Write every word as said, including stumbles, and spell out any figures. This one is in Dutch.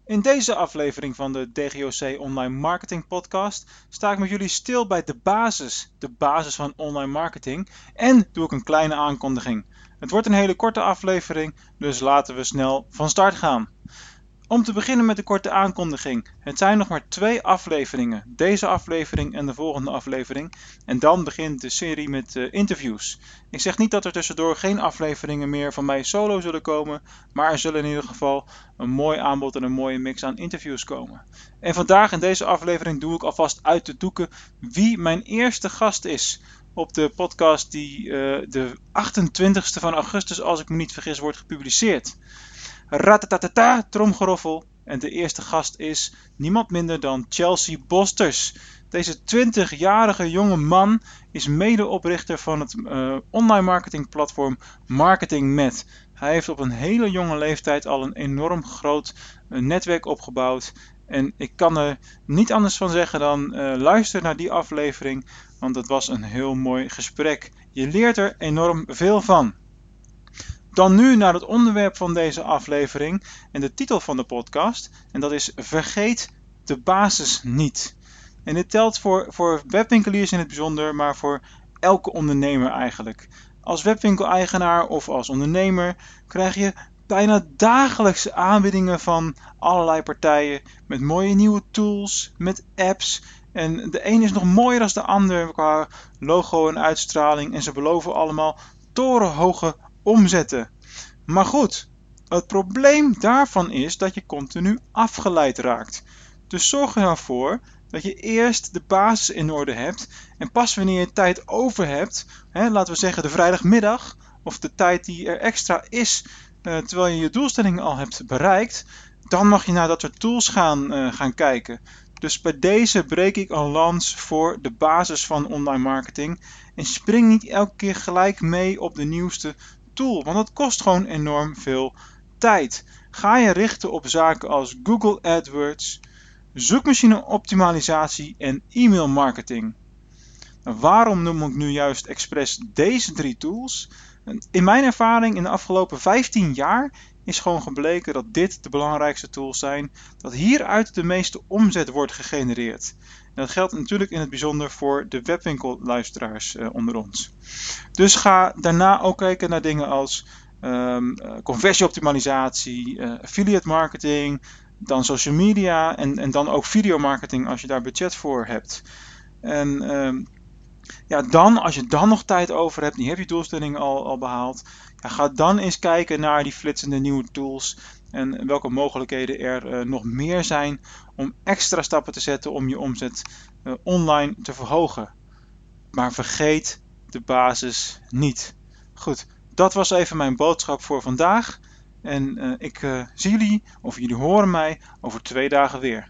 In deze aflevering van de D G O C Online Marketing Podcast sta ik met jullie stil bij de basis, de basis van online marketing en doe ik een kleine aankondiging. Het wordt een hele korte aflevering, dus laten we snel van start gaan. Om te beginnen met de korte aankondiging. Het zijn nog maar twee afleveringen. Deze aflevering en de volgende aflevering. En dan begint de serie met uh, interviews. Ik zeg niet dat er tussendoor geen afleveringen meer van mij solo zullen komen. Maar er zullen in ieder geval een mooi aanbod en een mooie mix aan interviews komen. En vandaag in deze aflevering doe ik alvast uit de doeken wie mijn eerste gast is. Op de podcast die uh, de achtentwintigste van augustus, als ik me niet vergis, wordt gepubliceerd. Ratatatata, tromgeroffel. En de eerste gast is niemand minder dan Chelsea Bosters. Deze twintigjarige jonge man is medeoprichter van het uh, online marketingplatform MarketingMed. Hij heeft op een hele jonge leeftijd al een enorm groot uh, netwerk opgebouwd. En ik kan er niet anders van zeggen dan uh, luister naar die aflevering, want het was een heel mooi gesprek. Je leert er enorm veel van. Dan nu naar het onderwerp van deze aflevering en de titel van de podcast. En dat is Vergeet de basis niet. En dit telt voor, voor webwinkeliers in het bijzonder, maar voor elke ondernemer eigenlijk. Als webwinkeleigenaar of als ondernemer krijg je bijna dagelijks aanbiedingen van allerlei partijen met mooie nieuwe tools, met apps. En de een is nog mooier dan de ander qua logo en uitstraling en ze beloven allemaal torenhoge omzetten. Maar goed, het probleem daarvan is dat je continu afgeleid raakt. Dus zorg er nou voor dat je eerst de basis in orde hebt en pas wanneer je tijd over hebt, hè, laten we zeggen de vrijdagmiddag of de tijd die er extra is uh, terwijl je je doelstellingen al hebt bereikt, dan mag je naar dat soort tools gaan, uh, gaan kijken. Dus bij deze breek ik een lans voor de basis van online marketing en spring niet elke keer gelijk mee op de nieuwste tool, want dat kost gewoon enorm veel tijd. Ga je richten op zaken als Google AdWords, zoekmachine optimalisatie en e-mail marketing. Nou, waarom noem ik nu juist expres deze drie tools? In mijn ervaring in de afgelopen vijftien jaar is gewoon gebleken dat dit de belangrijkste tools zijn, dat hieruit de meeste omzet wordt gegenereerd. En dat geldt natuurlijk in het bijzonder voor de webwinkelluisteraars uh, onder ons. Dus ga daarna ook kijken naar dingen als um, uh, conversieoptimalisatie, uh, affiliate marketing, dan social media en, en dan ook videomarketing als je daar budget voor hebt. En um, ja, dan, als je dan nog tijd over hebt, en je hebt je doelstelling al, al behaald, ja, ga dan eens kijken naar die flitsende nieuwe tools en welke mogelijkheden er uh, nog meer zijn om extra stappen te zetten om je omzet uh, online te verhogen. Maar vergeet de basis niet. Goed, dat was even mijn boodschap voor vandaag. En uh, ik uh, zie jullie, of jullie horen mij, over twee dagen weer.